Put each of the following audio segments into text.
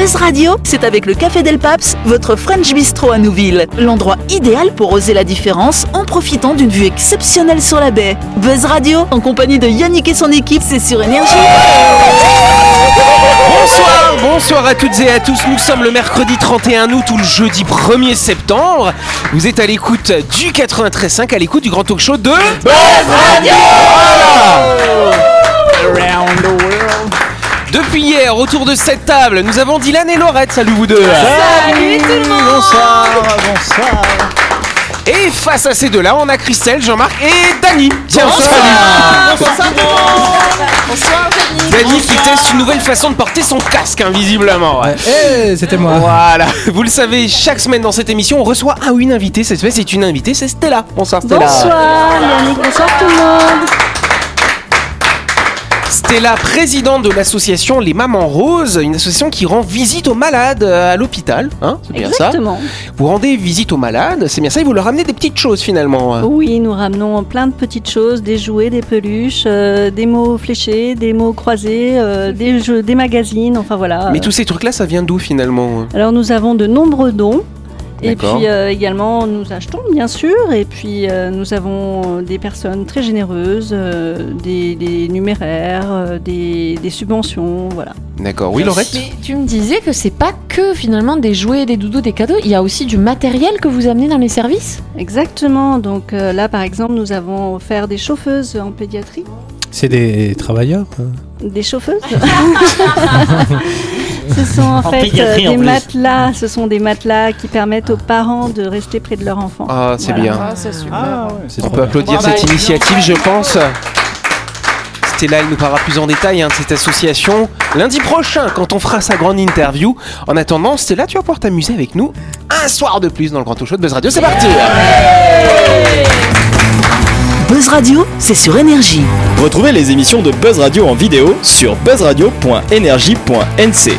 Buzz Radio, c'est avec le Café Del Paps, votre French Bistro à Nouville. L'endroit idéal pour oser la différence en profitant d'une vue exceptionnelle sur la baie. Buzz Radio, en compagnie de Yannick et son équipe, c'est sur Énergie. Bonsoir à toutes et à tous, nous sommes le mercredi 31 août ou le jeudi 1er septembre. Vous êtes à l'écoute du 93.5, à l'écoute du grand talk show de Buzz Radio. Around the world. Depuis hier, autour de cette table, nous avons Dylan et Laurette. Salut vous deux. Salut tout le monde. Bonsoir. Et face à ces deux-là, on a Christelle, Jean-Marc et Dany. Tiens, Bonsoir tout le monde. Bonsoir Dany qui teste une nouvelle façon de porter son casque, visiblement. C'était moi. Voilà, vous le savez, chaque semaine dans cette émission, on reçoit un ou une invitée. Cette semaine, c'est une invitée, c'est Stella. Bonsoir Stella. Bonsoir Yannick, bonsoir tout le monde. Stella, présidente de l'association Les Mamans Roses, une association qui rend visite aux malades à l'hôpital, c'est bien Exactement. ça. Vous rendez visite aux malades, c'est bien ça, et vous leur ramenez des petites choses finalement. Oui, nous ramenons plein de petites choses, des jouets, des peluches, des mots fléchés, des mots croisés, des jeux, des magazines, enfin voilà. Mais tous ces trucs-là, ça vient d'où finalement? Alors nous avons de nombreux dons. Et D'accord. puis également nous achetons bien sûr, et puis nous avons des personnes très généreuses, des numéraires, des subventions, voilà. D'accord, oui Laurette. Mais tu me disais que c'est pas que finalement des jouets, des doudous, des cadeaux, il y a aussi du matériel que vous amenez dans les services? Exactement, donc là par exemple nous avons offert des chauffeuses en pédiatrie. C'est des travailleurs. Des chauffeuses. Ce sont en fait pédiatrie, des en plus. matelas, ce sont des matelas qui permettent aux parents de rester près de leur enfant. Ah, c'est Voilà. bien. c'est super. On peut applaudir cette initiative, je pense. Stella, elle nous parlera plus en détail de cette association lundi prochain quand on fera sa grande interview. En attendant, Stella, tu vas pouvoir t'amuser avec nous un soir de plus dans le grand talk show de Buzz Radio. C'est parti. Buzz Radio, c'est sur Énergie. Retrouvez les émissions de Buzz Radio en vidéo sur buzzradio.energie.nc.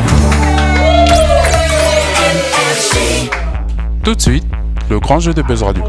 Tout de suite, le grand jeu de Buzz Radio.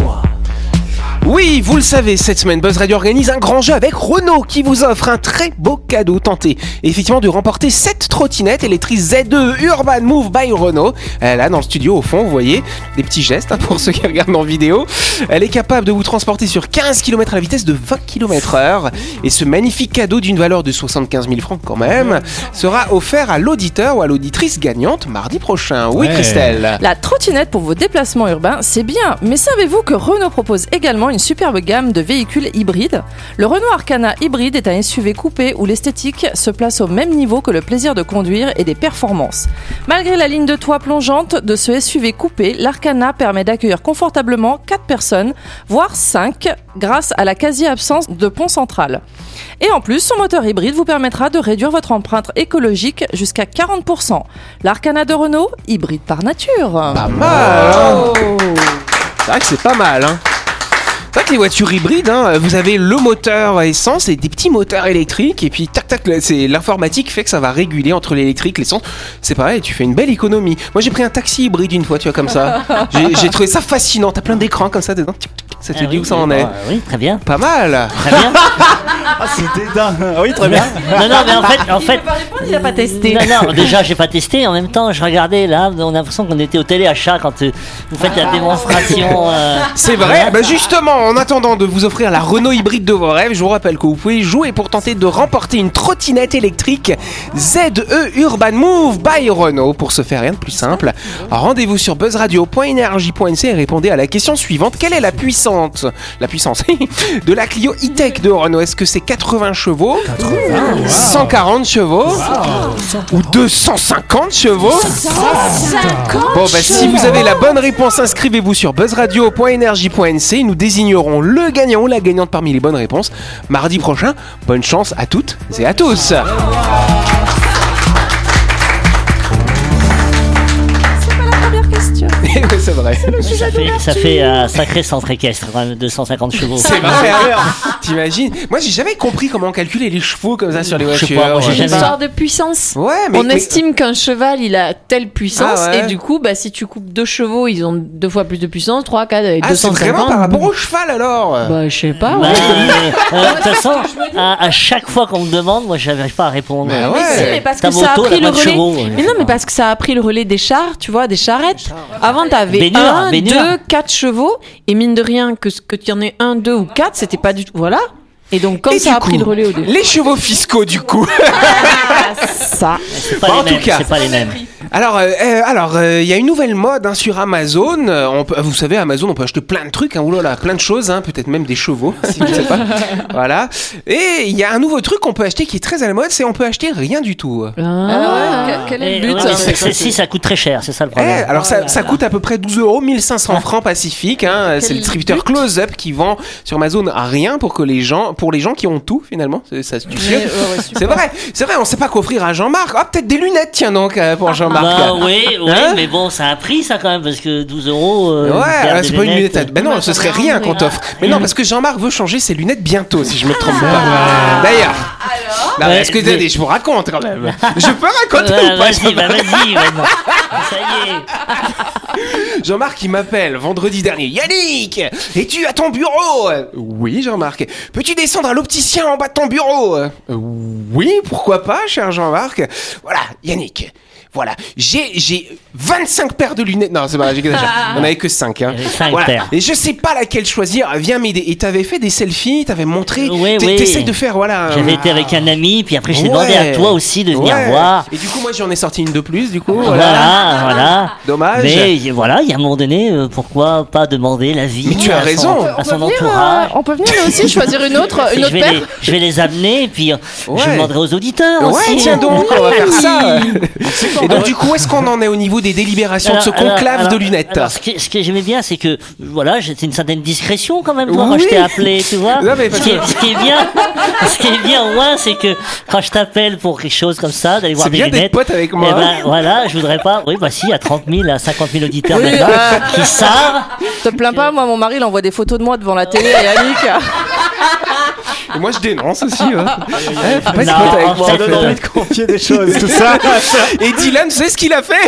Oui, vous le savez, cette semaine, Buzz Radio organise un grand jeu avec Renault qui vous offre un très beau cadeau. Tentez effectivement de remporter 7 trottinettes électriques Z2 Urban Move by Renault. Là, dans le studio, au fond, vous voyez des petits gestes pour ceux qui regardent en vidéo. Elle est capable de vous transporter sur 15 km à la vitesse de 20 km/h. Et ce magnifique cadeau d'une valeur de 75 000 francs quand même sera offert à l'auditeur ou à l'auditrice gagnante mardi prochain. Oui, Ouais. Christelle. La trottinette pour vos déplacements urbains, c'est bien, mais savez-vous que Renault propose également une superbe gamme de véhicules hybrides? Le Renault Arcana hybride est un SUV coupé où l'esthétique se place au même niveau que le plaisir de conduire et des performances. Malgré la ligne de toit plongeante de ce SUV coupé, l'Arcana permet d'accueillir confortablement 4 personnes, voire 5, grâce à la quasi-absence de pont central. Et en plus, son moteur hybride vous permettra de réduire votre empreinte écologique jusqu'à 40%. L'Arcana de Renault, hybride par nature. Pas mal. C'est vrai que c'est pas mal. C'est vrai que les voitures hybrides, vous avez le moteur à essence et des petits moteurs électriques, et puis tac tac, c'est l'informatique fait que ça va réguler entre l'électrique et l'essence. C'est pareil, tu fais une belle économie. Moi j'ai pris un taxi hybride une fois, tu vois, comme ça. J'ai trouvé ça fascinant. T'as plein d'écrans comme ça dedans. Ça te dit où ça en est. Oui, très bien. Pas mal. Très bien. C'était dingue. Oui, très bien. Non, mais en fait, Il n'a pas testé. Non, déjà, j'ai pas testé. En même temps, je regardais là, on a l'impression qu'on était au téléachat quand vous faites la démonstration. C'est vrai. Bah justement, en attendant de vous offrir la Renault hybride de vos rêves, je vous rappelle que vous pouvez jouer pour tenter de remporter une trottinette électrique ZE Urban Move by Renault. Pour ce faire, rien de plus simple. Rendez-vous sur buzzradio.energie.nc et répondez à la question suivante. Quelle est la puissance de la Clio E-Tech de Renault? Est-ce que c'est 80 chevaux, 140 chevaux ou 250 chevaux? Bon bah si vous avez la bonne réponse, inscrivez-vous sur buzzradio.energie.nc. Nous désignerons le gagnant ou la gagnante parmi les bonnes réponses mardi prochain. Bonne chance à toutes et à tous. C'est pas la première question. C'est vrai. Ça fait un sacré centre équestre, quand même, 250 chevaux. C'est vrai. T'imagines? Moi, j'ai jamais compris comment calculer les chevaux comme ça sur les Je sais voitures. pas, moi, j'ai Une jamais- histoire de puissance. Ouais, mais On estime qu'un cheval, il a telle puissance, Ah ouais. et du coup, si tu coupes 2 chevaux, ils ont 2 fois plus de puissance, 3, 4, avec Ah, c'est 250. vraiment par rapport au cheval alors. Bah, je sais pas. Bah, ouais. de toute façon, à chaque fois qu'on me demande, moi, j'arrive pas à répondre. Bah ouais. Mais si, mais parce Ta que ça a moto, pris elle a le pas de relais. chevaux. Mais non, mais parce que ça a pris le relais des chars, tu vois, des charrettes. Avant, t'avais Bénure, 1, Bénure. 2, 4 chevaux, et mine de rien, que tu en aies 1, 2 ou 4, c'était pas du tout. Voilà. Et donc, comme Et ça du a pris coup, le relais au début. Les chevaux fiscaux du coup. Ça. C'est pas En les tout mêmes. cas. C'est pas les mêmes. Alors, il y a une nouvelle mode sur Amazon. Vous savez, Amazon, on peut acheter plein de trucs. Oulala, plein de choses. Peut-être même des chevaux, si je ne sais pas. Voilà. Et il y a un nouveau truc qu'on peut acheter qui est très à la mode, c'est on peut acheter rien du tout. Quel est le Et, but ouais, mais celle-ci, ça coûte très cher, c'est ça le problème. Alors ça coûte à peu près 12 €, 1500 francs Pacifique. C'est le distributeur Close Up qui vend sur Amazon à rien pour les gens qui ont tout finalement. Ça se sûr. C'est vrai, on sait pas qu'offrir à Jean-Marc. Ah, peut-être des lunettes, tiens donc pour Jean-Marc. Bah oui, Hein mais bon, ça a un prix ça quand même, parce que 12 €. Ouais, c'est pas une lunette. lunette. Ben non, ce serait rien qu'on t'offre. Mais non, parce que Jean-Marc veut changer ses lunettes bientôt, si je me trompe pas. D'ailleurs. Non, mais est-ce que je vous raconte quand même? Je peux raconter ou pas? Vas-y, maintenant. Ça y est. Jean-Marc, il m'appelle vendredi dernier. Yannick, es-tu à ton bureau? Oui, Jean-Marc. Peux-tu descendre à l'opticien en bas de ton bureau? Oui, pourquoi pas, cher Jean-Marc. Voilà, Yannick. Voilà, j'ai 25 paires de lunettes. Non, c'est pas vrai, j'exagère. On avait que 5. Il y avait 5 paires. Et je sais pas laquelle choisir. Viens m'aider. Et t'avais fait des selfies, t'avais montré. Oui. T'essayes de faire, voilà. J'avais été avec un ami, puis après je t'ai demandé à toi aussi de venir voir. Et du coup, moi j'en ai sorti une de plus, du coup. Voilà. Dommage. Mais voilà, il y a un moment donné, pourquoi pas demander l'avis Mais tu as raison. à son entourage. On peut venir là aussi choisir une autre paire. Je vais les amener, et puis je demanderai aux auditeurs Ouais, aussi. tiens donc, on va faire ça. Et donc, du coup, est-ce qu'on en est au niveau des délibérations de ce conclave de lunettes? Alors, ce que j'aimais bien, c'est que, voilà, j'ai une certaine discrétion quand même, toi, Oui. quand je t'ai appelé, tu vois. Non, mais ce qui est bien au moins, c'est que quand je t'appelle pour quelque chose comme ça, d'aller voir C'est des bien lunettes. d'être pote avec moi. Eh ben, voilà, je voudrais pas. Oui, bah si, il y a 30 000 à 50 000 auditeurs Oui, maintenant qui savent. Te plains pas, moi mon mari il envoie des photos de moi devant la télé à Yannick. Et moi, je dénonce aussi. Faut pas Non, être pote avec moi. ça en donne fait. envie de confier des choses, tout ça. Et Dylan, tu sais ce qu'il a fait?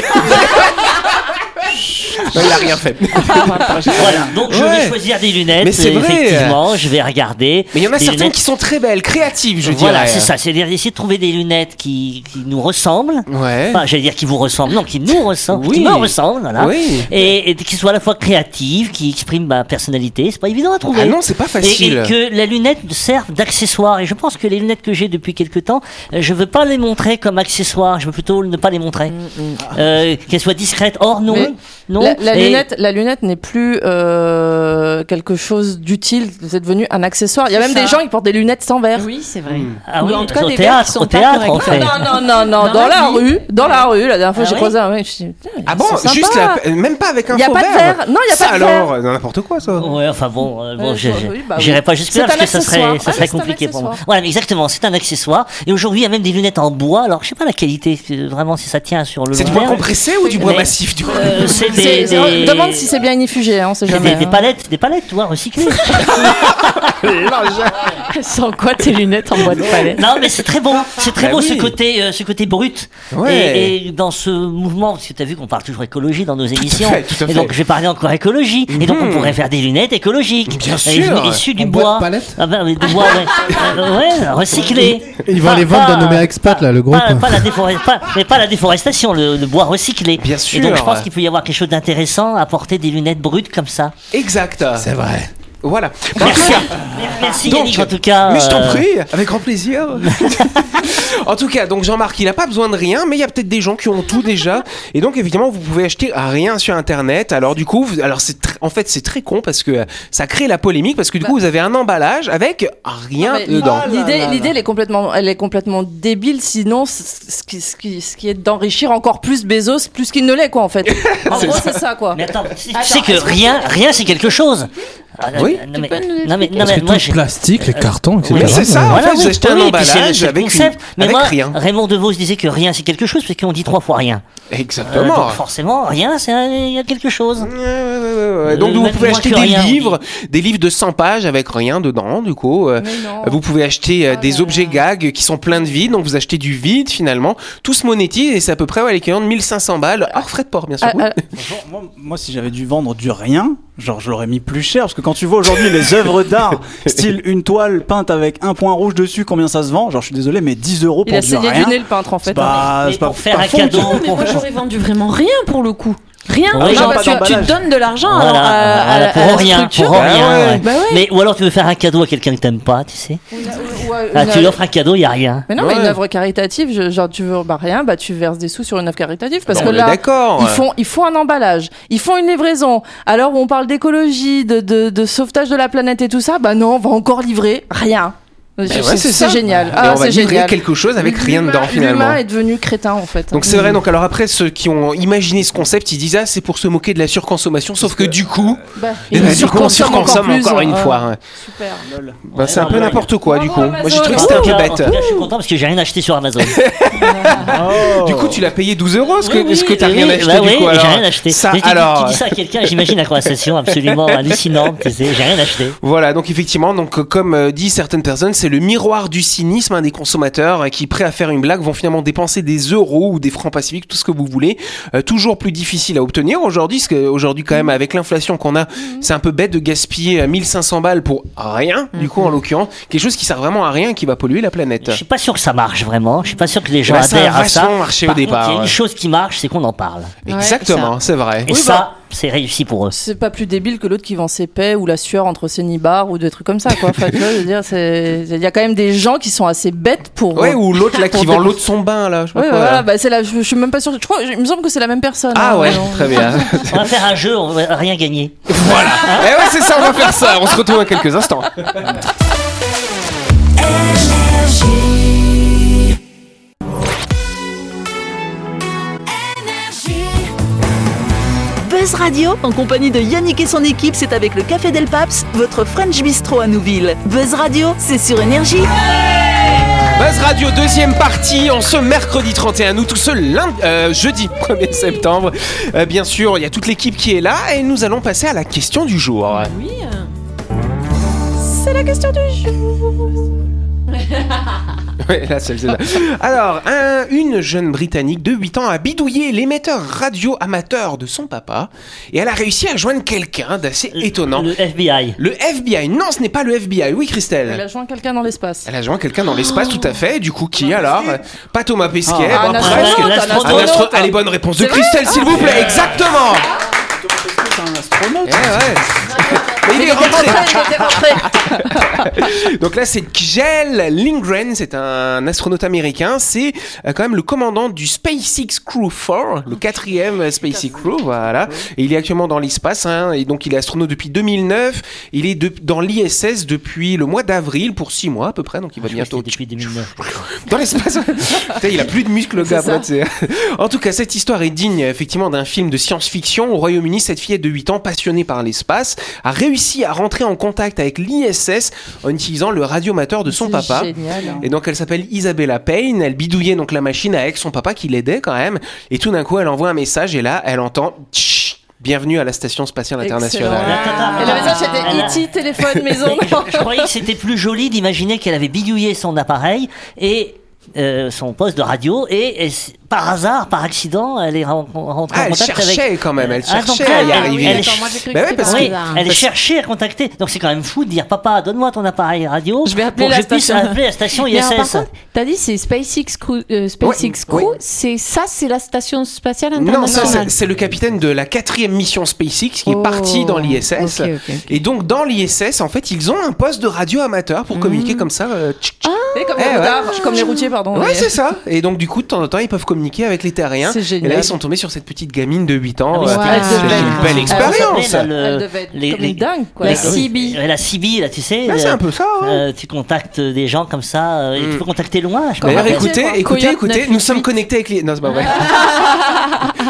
Non, il a rien fait. Voilà, donc je Ouais. vais choisir des lunettes. Mais c'est vrai. Effectivement, je vais regarder. Mais il y en a des certaines lunettes. qui sont très belles, créatives, je Voilà, dirais. c'est ça. C'est-à-dire d'essayer de trouver des lunettes qui nous ressemblent. Ouais. Enfin, j'allais dire qui vous ressemblent. Non, qui nous ressemblent. Oui. Qui me ressemblent, voilà. Oui. Et qui soient à la fois créatives, qui expriment ma personnalité. C'est pas évident à trouver. Ah non, c'est pas facile. Et que la lunette serve d'accessoire. Et je pense que les lunettes que j'ai depuis quelque temps, je veux pas les montrer comme accessoire. Je veux plutôt ne pas les montrer. Qu'elles soient discrètes. Or, non. Mais Non. La lunette n'est plus quelque chose d'utile, c'est devenu un accessoire. Il y a même des gens qui portent des lunettes sans verre. Oui, c'est vrai. Ah Ou oui, en tout cas, au des verres qui théâtre, sont au pas théâtre, corrects. on fait. Non, Dans dans la la vie. rue, la dernière fois Ah j'ai ouais croisé un mec, je me suis dit, Ah bon, c'est juste sympa. même pas avec un Y a faux pas de verre. verre. Non, y a Ça pas de verre. alors, n'importe quoi ça. Ouais, enfin bon, oui, bah oui. j'irai pas jusque là C'est parce un que ça accessoire. serait C'est un compliqué pour moi. accessoire. Voilà, mais exactement, c'est un accessoire. Et aujourd'hui, il y a même des lunettes en bois. Alors, je sais pas la qualité, vraiment si ça tient sur le C'est long du bois terme. compressé ou du bois Mais, massif du coup? C'est des Demande si c'est bien inifugé, on sait c'est jamais. des palettes, tu vois, recyclées. Sans quoi tes lunettes en bois de palette? Non, mais c'est très beau. C'est très Bah beau oui. ce côté brut. Ouais. Et dans ce mouvement, parce que tu as vu qu'on parle toujours écologie dans nos émissions. fait, tout à Et donc, fait. je vais parler encore écologie. Et donc, on pourrait faire des lunettes écologiques. Bien sûr. Issues du En bois. bois de palette. Ah ben, du bois, ouais, recyclé. Ils vont les vendre dans nos méga expat là, le groupe. Pas la déforestation, le bois recyclé. Bien sûr. Et donc, je pense qu'il peut y avoir quelque chose d'intéressant à porter des lunettes brutes comme ça. Exact. C'est vrai. Voilà. Merci. Merci Donc, Yannick, en tout cas. Mais je t'en prie, avec grand plaisir. En tout cas, donc Jean-Marc, il n'a pas besoin de rien, mais il y a peut-être des gens qui ont tout déjà. Et donc, évidemment, vous pouvez acheter rien sur Internet. Alors, du coup, en fait, c'est très con parce que ça crée la polémique parce que du coup, vous avez un emballage avec rien Non, mais dedans. L'idée, elle est complètement débile. Sinon, ce qui est d'enrichir encore plus Bezos, plus qu'il ne l'est, quoi, en fait. En gros, c'est ça, quoi. Mais attends, tu sais que rien c'est quelque chose. Oui. Non, mais, peux nous non, mais, Parce que tout moi, le plastique, les cartons, etc. Mais c'est ça, en Voilà, fait, oui, vous achetez un oui, puis emballage c'est le avec concept. Mais avec moi, rien. Raymond DeVos disait que rien c'est quelque chose, parce qu'on dit 3 fois rien. Exactement. Donc forcément, rien, il y a quelque chose. Ouais. Donc vous Même pouvez moins acheter que des rien, livres, des livres de 100 pages avec rien dedans, du coup. Vous pouvez acheter des objets gags qui sont pleins de vide, donc vous achetez du vide finalement. Tout se monétise et c'est à peu près l'équivalent de 1500 balles, hors frais de port bien sûr. Oui. Moi, si j'avais dû vendre du rien, genre je l'aurais mis plus cher, parce que quand tu vois aujourd'hui les œuvres d'art, style une toile peinte avec un point rouge dessus, combien ça se vend? Genre je suis désolé, mais 10 € Il pour a du saigné rien. du nez le peintre en fait. Mais C'est pas pour faire pas un fou, cadeau, Non, mais moi j'aurais vendu vraiment rien pour le coup. Rien. Oui, Genre, pas tu d'emballage. donnes de l'argent Voilà, à la pour rien, structure. pour rien. Ouais. Bah ouais. Mais ou alors tu veux faire un cadeau à quelqu'un que t'aimes pas, tu sais. Ah, Tu lui offres un cadeau, il y a rien. Mais non, mais une œuvre caritative, genre tu veux rien, bah tu verses des sous sur une œuvre caritative parce que On est là, d'accord. ils font un emballage, ils font une livraison. Alors où on parle d'écologie, de sauvetage de la planète et tout ça, bah non, on va encore livrer rien. c'est ça. génial. Et Ah, on va c'est livrer génial. quelque chose avec rien L'humain- dedans finalement. L'humain est devenu crétin en fait. Donc c'est vrai, donc alors après ceux qui ont imaginé ce concept, ils disent c'est pour se moquer de la surconsommation, sauf que du coup, Bah, eh ben, du coup on surconsomme surconsomme encore plus. une fois. Ouais. Super. Bah, c'est un peu n'importe quoi du coup. Bravo, Moi j'ai trouvé que Amazon. c'était un peu En tout bête. cas, je suis content parce que j'ai rien acheté sur Amazon. Du coup tu l'as payé 12 €, ce Oui, que t'as oui, rien oui, acheté bah du oui, coup j'ai alors. rien acheté. Ça Mais tu alors. dis ça à quelqu'un, j'imagine la conversation absolument hallucinante, tu sais, j'ai rien acheté. Voilà, donc effectivement, donc comme dit certaines personnes, c'est le miroir du cynisme des consommateurs qui, prêts à faire une blague, vont finalement dépenser des euros ou des francs pacifiques, tout ce que vous voulez. Toujours plus difficile à obtenir aujourd'hui, parce qu'aujourd'hui quand même avec l'inflation qu'on a, c'est un peu bête de gaspiller 1500 balles pour rien, du coup en l'occurrence, quelque chose qui sert vraiment à rien et qui va polluer la planète. Je suis pas sûr que ça marche vraiment, je suis pas sûr que les gens Bah, ça a adhèrent à ça. vachement marché au Par contre, départ, il y a ouais. une chose qui marche, c'est qu'on en parle. Exactement, c'est vrai. Et ça, c'est réussi pour eux. C'est pas plus débile que l'autre qui vend ses paix ou la sueur entre ses nibards ou des trucs comme ça, quoi. Enfin, tu vois, je veux dire, il y a quand même des gens qui sont assez bêtes pour. Ouais, ou l'autre là qui pour vend l'eau de son bain là. Je sais pas Ouais, quoi, voilà, là. bah, c'est là, je suis même pas sûr. Je crois, il me semble que c'est la même personne. Ah hein, ouais, non. très bien. On va faire un jeu, on va rien gagner. Voilà. Eh ouais, c'est ça, on va faire ça. On se retrouve dans quelques instants. Buzz Radio, en compagnie de Yannick et son équipe, c'est avec le Café Del Paps, votre French Bistro à Nouville. Buzz Radio, c'est sur Énergie. Buzz Radio, deuxième partie, en ce mercredi 31 août, jeudi 1er septembre. Bien sûr, il y a toute l'équipe qui est là et nous allons passer à la question du jour. Oui. C'est la question du jour. Ouais, là, c'est là. Alors, une jeune Britannique de 8 ans a bidouillé l'émetteur radio amateur de son papa et elle a réussi à joindre quelqu'un d'assez étonnant. Le FBI. Le FBI. Non, ce n'est pas le FBI. Oui, Christelle. Elle a joint quelqu'un dans l'espace. Elle a joint quelqu'un dans l'espace, tout à fait. Du coup, qui alors? Pas Thomas Pesquet. Un bon, astronaute, presque. un astronaute. Allez, bonne réponse de C'est vrai Christelle, s'il vous plaît. Exactement. C'est un astronaute. Mais il est rentré. Il était rentré. Donc là, c'est Kjell Lindgren, c'est un astronaute américain. C'est quand même le commandant du SpaceX Crew 4, le 4e SpaceX Crew, voilà. Et il est actuellement dans l'espace, hein, et donc il est astronaute depuis 2009. Il est dans l'ISS depuis le mois d'avril pour 6 mois à peu près, donc il va bientôt Depuis 2009. dans l'espace. Putain, il a plus de muscles, le gars. C'est ça. Tu sais. En tout cas, cette histoire est digne effectivement d'un film de science-fiction. Au Royaume-Uni, cette fillette de 8 ans, passionnée par l'espace, a réussi à rentrer en contact avec l'ISS en utilisant le radioamateur de son C'est papa. génial, hein. Et donc elle s'appelle Isabella Payne, elle bidouillait donc la machine avec son papa qui l'aidait quand même. Et tout d'un coup, elle envoie un message et là, elle entend tch, bienvenue à la station spatiale internationale. Excellent. Et la maison, c'était E.T. téléphone maison. Je croyais que c'était plus joli d'imaginer qu'elle avait bidouillé son appareil et son poste de radio et par hasard, par accident, elle est rentrée en Ah, elle contact cherchait avec... quand même, elle Ah, donc cherchait à y elle- arriver. elle- Attends, moi j'ai cru Bah que ouais, c'était parce pas que- vrai. Elle cherchait à contacter. Donc c'est quand même fou de dire papa, donne-moi ton appareil radio. Je vais appeler pour la que je puisse station. appeler la station Mais alors, par ISS. contre, t'as dit c'est SpaceX Crew, Ouais. c'est la station spatiale Non, ça, internationale. c'est le capitaine de la 4e mission SpaceX qui est parti dans l'ISS. Ok, ok. Et donc dans l'ISS, en fait, ils ont un poste de radio amateur pour communiquer comme ça. Tchic, tchic. Et comme, Eh les ouais. routiers, comme les routiers, pardon. Ouais, mais- c'est ça. Et donc du coup, de temps en temps, ils peuvent communiquer avec les terriens. C'est Et génial. là, ils sont tombés sur cette petite gamine de 8 ans. Ah oui, euh, c'était- Ouais, c'est elle devait une être- belle expérience. s'appelait, là, Elle devait être les- comme les- une dingue, quoi. La les- CB. La CB, là, tu sais. Ouais, c'est un peu ça. Ouais. Tu contactes des gens comme ça, et tu peux contacter loin. Je me D'ailleurs, rappelle. écoutez, quoi. écoutez, Coyote écoutez, 988. nous sommes connectés avec les. Non, c'est pas vrai.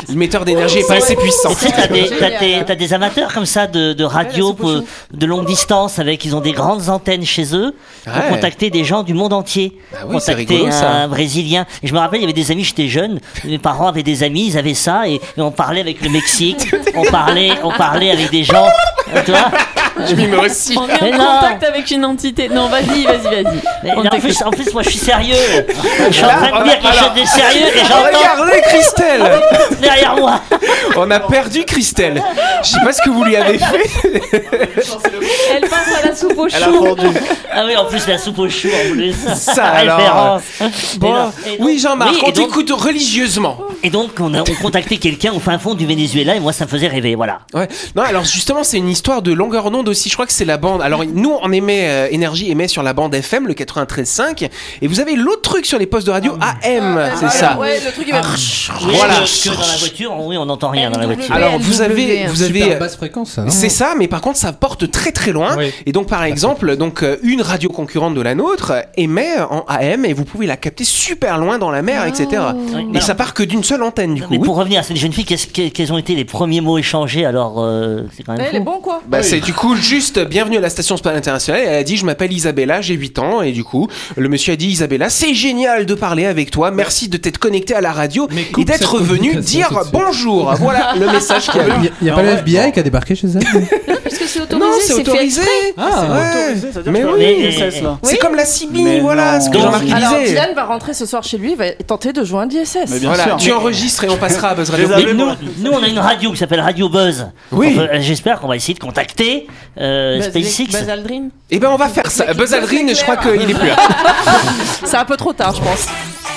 L'émetteur d'énergie est pas assez puissant. Et tu sais, t'as des amateurs comme ça de radio de longue distance ils ont des grandes antennes chez eux pour contacter des gens du monde entier. Ah oui, c'est rigolo, un Brésilien. Et je me rappelle, il y avait des amis, j'étais jeune, mes parents avaient des amis, ils avaient ça et on parlait avec le Mexique, on parlait avec des gens, tu vois. Je m'y mets aussi. On est en contact avec une entité. Non, vas-y. En plus, moi, je suis sérieux. Je suis en train de dire quelque chose de sérieux et j'entends. Regardez Christelle derrière moi. On a perdu Christelle. Je sais pas ce que vous lui avez fait. Elle passe à la soupe aux choux. Elle a fondu. Ah oui, en plus, la soupe aux choux, en plus. Ça, alors. Bon. Oui, Jean-Marc, on t'écoute religieusement. Et donc, on contactait quelqu'un au fin fond du Venezuela et moi, ça me faisait rêver, voilà. Ouais. Non, alors justement, c'est une histoire de longueur d'onde aussi. Je crois que c'est la bande. Alors, nous, on émet, Énergie émet sur la bande FM, le 93.5. Et vous avez l'autre truc sur les postes de radio AM, c'est ça. Ouais, le truc, il va. Voilà. Que dans la voiture, oui, on n'entend rien dans la voiture. Alors, vous avez. Super basse fréquence, ça, non? C'est ça, mais par contre, ça porte très très loin. Oui. Et donc, par exemple, une radio concurrente de la nôtre émet en AM et vous pouvez la capter super loin dans la mer, etc. Et ça part que d'une seule antenne, du coup. Mais pour revenir à cette jeune fille, quels ont été les premiers mots échangés? Alors, c'est quand même. Elle est bon, quoi. Bah, c'est du coup juste bienvenue à la station spatiale internationale. Elle a dit je m'appelle Isabella, j'ai 8 ans. Et du coup, le monsieur a dit Isabella, c'est génial de parler avec toi. Merci de t'être connecté à la radio et d'être venu dire bonjour. Voilà le message qu'il y a. Il n'y a pas le FBI qui a débarqué chez elle? Parce que c'est autorisé. Non, c'est autorisé. Mais oui, c'est comme la CB, voilà ce que Jean-Marc Alors, disait. Dylan va rentrer ce soir chez lui, il va tenter de joindre l'ISS. Mais bien Voilà, sûr. tu enregistres et on passera à Buzz Radio. Mais nous, on a une radio qui s'appelle Radio Buzz. Oui. J'espère qu'on va essayer de contacter SpaceX. Buzz Aldrin. Eh ben on va faire ça. Buzz Aldrin, je crois qu'il est plus là. C'est un peu trop tard, je pense.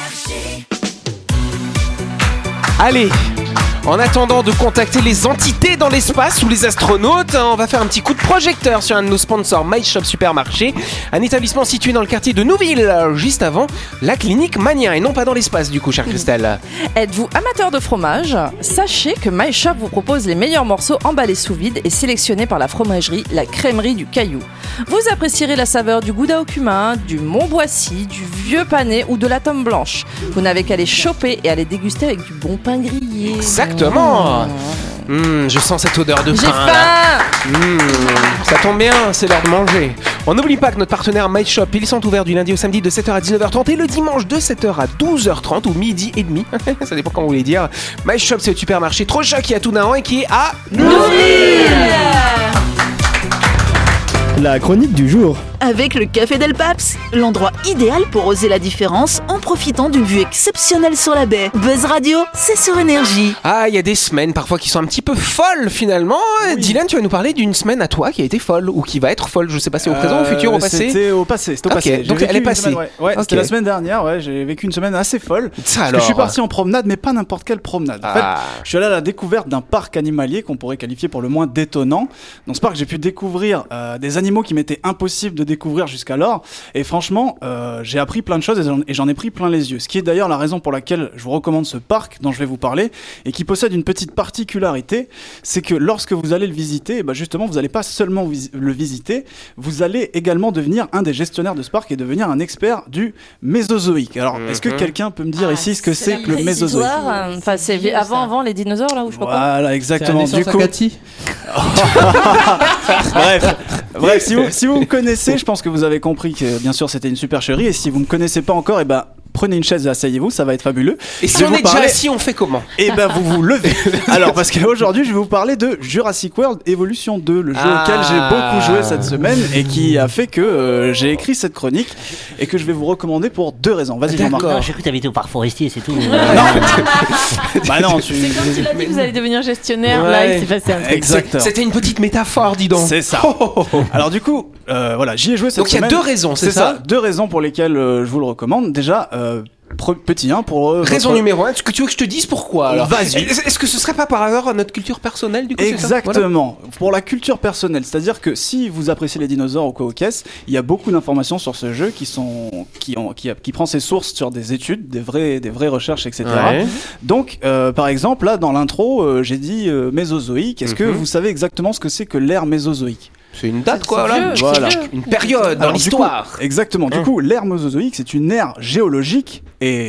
Allez, en attendant de contacter les entités dans l'espace ou les astronautes, on va faire un petit coup de projecteur sur un de nos sponsors, My Shop Supermarché, un établissement situé dans le quartier de Nouville, juste avant la clinique Mania, et non pas dans l'espace du coup, chère Christelle. Êtes-vous amateur de fromage? Sachez que My Shop vous propose les meilleurs morceaux emballés sous vide et sélectionnés par la fromagerie, la crèmerie du Caillou. Vous apprécierez la saveur du Gouda au cumin, du Montboissy, du vieux pané ou de la tome blanche. Vous n'avez qu'à les choper et à les déguster avec du bon pain grillé. Exactement. Je sens cette odeur de J'ai pain. faim. Ça tombe bien, c'est l'heure de manger. On n'oublie pas que notre partenaire My Shop, ils sont ouverts du lundi au samedi de 7h à 19h30 et le dimanche de 7h à 12h30 ou midi et demi. Ça dépend comment vous voulez dire. My Shop, c'est le supermarché trop chat qui est à Tournan et qui est à Nouville. La chronique du jour. Avec le Café Del Paps, l'endroit idéal pour oser la différence en profitant d'une vue exceptionnelle sur la baie. Buzz Radio, c'est sur Énergie. Ah, il y a des semaines parfois qui sont un petit peu folles finalement. Oui. Dylan, tu vas nous parler d'une semaine à toi qui a été folle ou qui va être folle. Je sais pas, c'est au présent, au futur, au passé? C'était au passé. C'était au passé. Donc elle est passée. C'était la semaine dernière. Ouais, j'ai vécu une semaine assez folle. Ça, parce que je suis parti en promenade, mais pas n'importe quelle promenade. En fait, je suis allé à la découverte d'un parc animalier qu'on pourrait qualifier pour le moins d'étonnant. Dans ce parc, j'ai pu découvrir des animaux qui m'étaient impossibles de découvrir jusqu'alors. Et franchement, j'ai appris plein de choses et j'en ai pris plein les yeux. Ce qui est d'ailleurs la raison pour laquelle je vous recommande ce parc dont je vais vous parler et qui possède une petite particularité, c'est que lorsque vous allez le visiter, bah justement, vous n'allez pas seulement le visiter, vous allez également devenir un des gestionnaires de ce parc et devenir un expert du Mésozoïque. Alors, est-ce que quelqu'un peut me dire ici ce que c'est que le Mésozoïque? Enfin, c'est avant les dinosaures là où je crois. Voilà, exactement. Du coup, Bref, si vous me connaissez, je pense que vous avez compris que bien sûr c'était une supercherie. Et si vous me connaissez pas encore, et ben prenez une chaise et asseyez-vous, ça va être fabuleux. Et si on est déjà assis, on fait comment? Et ben vous vous levez. Alors parce qu'aujourd'hui je vais vous parler de Jurassic World Evolution 2, le jeu auquel j'ai beaucoup joué cette semaine et qui a fait que j'ai écrit cette chronique et que je vais vous recommander pour deux raisons. Vas-y Jean-Marc. J'ai cru que t'habitais au parc forestier, c'est tout. Bah non, c'est quand il a dit que vous allez devenir gestionnaire, là il s'est passé un truc. Exactement. C'était une petite métaphore, dis donc. C'est ça. Alors du coup, voilà, j'y ai joué cette semaine. Donc il y a deux raisons, c'est ça? Deux raisons pour lesquelles je vous le recommande. Déjà, petit 1 pour raison numéro 1, est-ce que tu veux que je te dise pourquoi alors? Vas-y. Est-ce que ce serait pas par hasard notre culture personnelle du coup? Exactement. Voilà. Pour la culture personnelle, c'est-à-dire que si vous appréciez les dinosaures ou quoi aux caisses, il y a beaucoup d'informations sur ce jeu qui prend ses sources sur des études, des vraies recherches, etc. Ouais. Donc par exemple là dans l'intro j'ai dit Mésozoïque. Est-ce que vous savez exactement ce que c'est que l'ère Mésozoïque? C'est une date quoi là. Voilà. Une période dans l'histoire. Exactement. Du coup, l'ère Mésozoïque, c'est une ère géologique et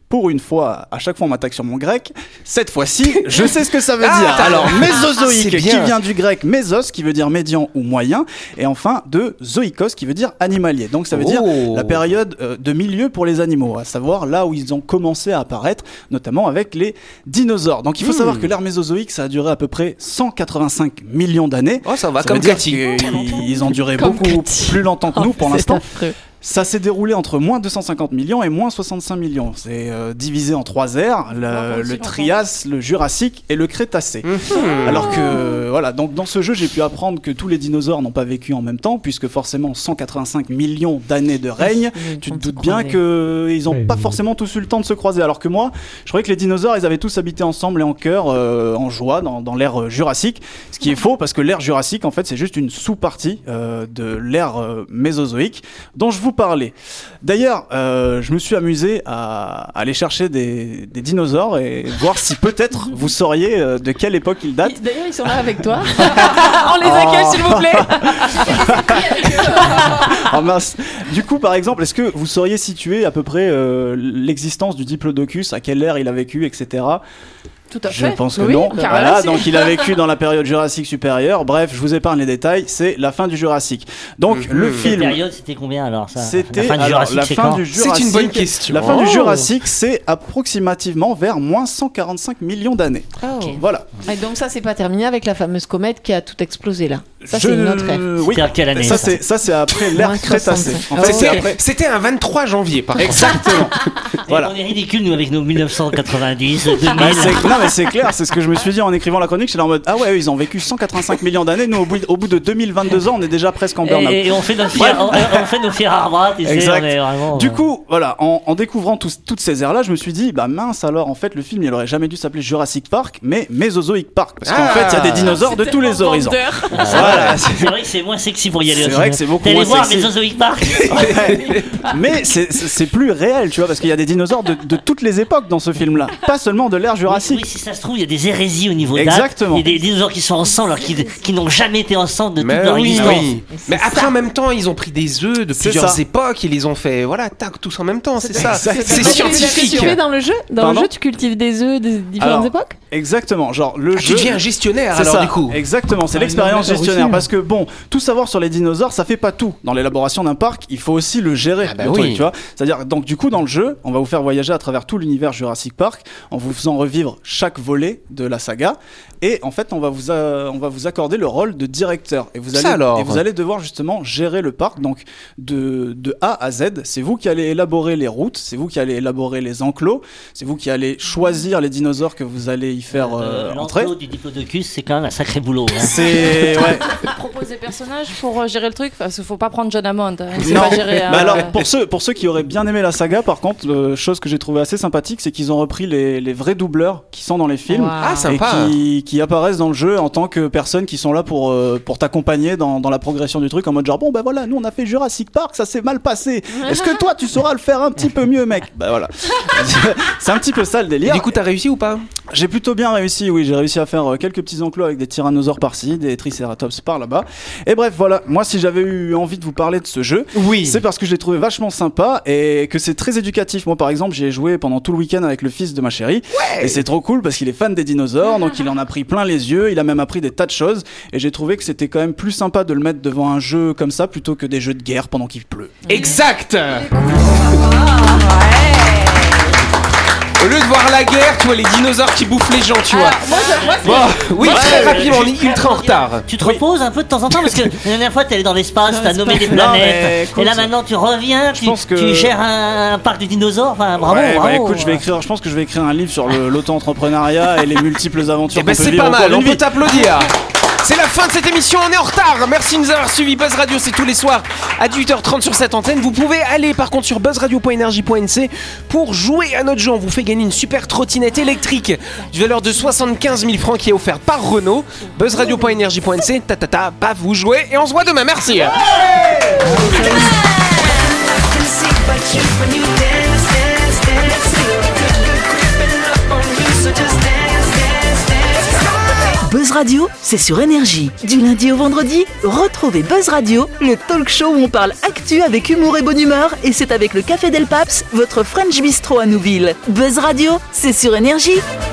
pour une fois, à chaque fois on m'attaque sur mon grec, cette fois-ci, je sais ce que ça veut dire. Alors, mésozoïque, qui vient du grec mésos, qui veut dire médian ou moyen, et enfin de zoïkos, qui veut dire animalier. Donc ça veut dire la période de milieu pour les animaux, à savoir là où ils ont commencé à apparaître, notamment avec les dinosaures. Donc il faut savoir que l'ère mésozoïque, ça a duré à peu près 185 millions d'années. Oh, ça va, ça comme veut dire Cathy. qu'ils ont duré beaucoup plus longtemps que nous pour l'instant. Ça s'est déroulé entre moins 250 millions et moins 65 millions. C'est divisé en 3 ères, le Trias, le Jurassique et le Crétacé. Alors que, voilà, donc dans ce jeu, j'ai pu apprendre que tous les dinosaures n'ont pas vécu en même temps, puisque forcément 185 millions d'années de règne, tu te doutes bien qu'ils n'ont pas forcément tous eu le temps de se croiser. Alors que moi, je croyais que les dinosaures, ils avaient tous habité ensemble et en chœur, en joie, dans l'ère Jurassique. Ce qui est faux, parce que l'ère Jurassique, en fait, c'est juste une sous-partie de l'ère mésozoïque, dont je vous parler. D'ailleurs, je me suis amusé à aller chercher des dinosaures et voir si peut-être vous sauriez de quelle époque ils datent. D'ailleurs, ils sont là avec toi. On les accueille, s'il vous plaît. Oh mince. Du coup, par exemple, est-ce que vous sauriez situer à peu près l'existence du Diplodocus, à quelle ère il a vécu, etc. Tout à fait. Je pense que oui, non. carrément. Voilà, donc il a vécu dans la période Jurassique supérieure. Bref, je vous épargne les détails. C'est la fin du Jurassique. Donc le film. La période, c'était combien alors ça? C'était la fin du Jurassique. La fin du Jurassique. C'est une bonne question. La fin du Jurassique, c'est approximativement vers moins 145 millions d'années. Okay. Voilà. Et donc ça, c'est pas terminé avec la fameuse comète qui a tout explosé là. Ça, c'est une autre ère. Oui. C'était à quelle année Ça, c'est après l'ère Moins Crétacée. 65. En fait, c'est Ok. après. C'était un 23 janvier, par contre. Exactement. Voilà. On est ridicule, nous, avec nos 1990, 2000. Bah, non mais c'est clair, c'est ce que je me suis dit en écrivant la chronique. J'étais là en mode ah ouais, eux, ils ont vécu 185 millions d'années. Nous au bout de 2022 ans, on est déjà presque en burn-out. Et on fait nos fiers arbres, tu sais, Exact. on est vraiment, Du coup, voilà, en découvrant toutes ces ères-là, je me suis dit, bah mince alors, en fait, le film, il aurait jamais dû s'appeler Jurassic Park, mais Mesozoic Park, parce qu'en fait, il y a des dinosaures de tous les horizons. Voilà, c'est vrai que c'est moins sexy pour y aller. C'est vrai que c'est beaucoup T'es allé moins voir sexy. Mesozoic Park. Ouais. Mais c'est plus réel, tu vois, parce qu'il y a des dinosaures de toutes les époques dans ce film-là, pas seulement de l'ère Jurassique. Oui, si ça se trouve, il y a des hérésies au niveau date. Exactement. Il y a des dinosaures qui sont ensemble alors qui n'ont jamais été ensemble de toute Mais leur oui, existence. oui. Mais après, en même temps, ils ont pris des œufs de C'est plusieurs ça. époques, ils les ont fait, voilà, tac, tous en même temps, c'est ça. Exactement. C'est scientifique. Tu fais dans le jeu Pardon tu cultives des œufs des différentes Alors, époques. Exactement, genre le Ah, jeu. tu deviens un gestionnaire C'est alors ça, du coup. exactement, c'est Ah, l'expérience une inventeur gestionnaire. aussi, Parce que bon, tout savoir sur les dinosaures, ça fait pas tout. Dans l'élaboration d'un parc, il faut aussi le gérer. Ah bah le oui. truc, tu vois. C'est-à-dire, donc du coup, dans le jeu, on va vous faire voyager à travers tout l'univers Jurassic Park, en vous faisant revivre chaque volet de la saga. Et en fait, on va vous accorder le rôle de directeur. Et vous allez, Ça alors. et vous allez devoir justement gérer le parc. Donc de A à Z, c'est vous qui allez élaborer les routes, c'est vous qui allez élaborer les enclos, c'est vous qui allez choisir les dinosaures que vous allez y faire entrer. L'enclos du Diplodocus, c'est quand même un sacré boulot. Hein. C'est ouais. Propose des personnages pour gérer le truc, parce qu'il faut pas prendre John Hammond. Il sait Non, pas gérer. bah alors pour ceux qui auraient bien aimé la saga, par contre, chose que j'ai trouvé assez sympathique, c'est qu'ils ont repris les vrais doubleurs qui sont dans les films. Wow. Ah, Et sympa. qui apparaissent dans le jeu en tant que personnes qui sont là pour t'accompagner dans la progression du truc, en mode genre bon bah voilà, nous on a fait Jurassic Park, ça s'est mal passé, est-ce que toi tu sauras le faire un petit peu mieux, mec? Bah voilà. C'est un petit peu ça le Et délire. du coup, t'as réussi ou pas? J'ai plutôt bien réussi, oui, j'ai réussi à faire quelques petits enclos avec des tyrannosaures par-ci, des triceratops par là-bas. Et bref, voilà, moi si j'avais eu envie de vous parler de ce jeu, Oui. c'est parce que je l'ai trouvé vachement sympa et que c'est très éducatif. Moi par exemple, j'y ai joué pendant tout le week-end avec le fils de ma chérie, et c'est trop cool parce qu'il est fan des dinosaures, donc il en a pris plein les yeux, il a même appris des tas de choses, et j'ai trouvé que c'était quand même plus sympa de le mettre devant un jeu comme ça plutôt que des jeux de guerre pendant qu'il pleut. Exact. Au lieu de voir la guerre, tu vois les dinosaures qui bouffent les gens, tu vois. Bon, oui, très rapidement, on est ultra en retard. Tu te reposes un peu de temps en temps parce que la dernière fois t'es allé dans l'espace, t'as nommé des Non, mais planètes, écoute, et là maintenant tu reviens, tu pense que- gères un parc de dinosaures, enfin bravo, Ouais, bravo. bah écoute, je pense que je vais écrire un livre sur l'auto-entrepreneuriat et les multiples aventures Eh ben qu'on peut c'est vivre pas au cours mal, on d'une peut vie. t'applaudir. C'est la fin de cette émission, on est en retard. Merci de nous avoir suivis. Buzz Radio, c'est tous les soirs à 18h30 sur cette antenne. Vous pouvez aller par contre sur buzzradio.energie.nc pour jouer à notre jeu. On vous fait gagner une super trottinette électrique d'une valeur de 75 000 francs qui est offerte par Renault. Buzzradio.energie.nc, paf, vous jouez et on se voit demain. Merci. Buzz Radio, c'est sur Énergie. Du lundi au vendredi, retrouvez Buzz Radio, le talk show où on parle actu avec humour et bonne humeur, et c'est avec le Café Del Paps, votre French Bistro à Nouville. Buzz Radio, c'est sur Énergie.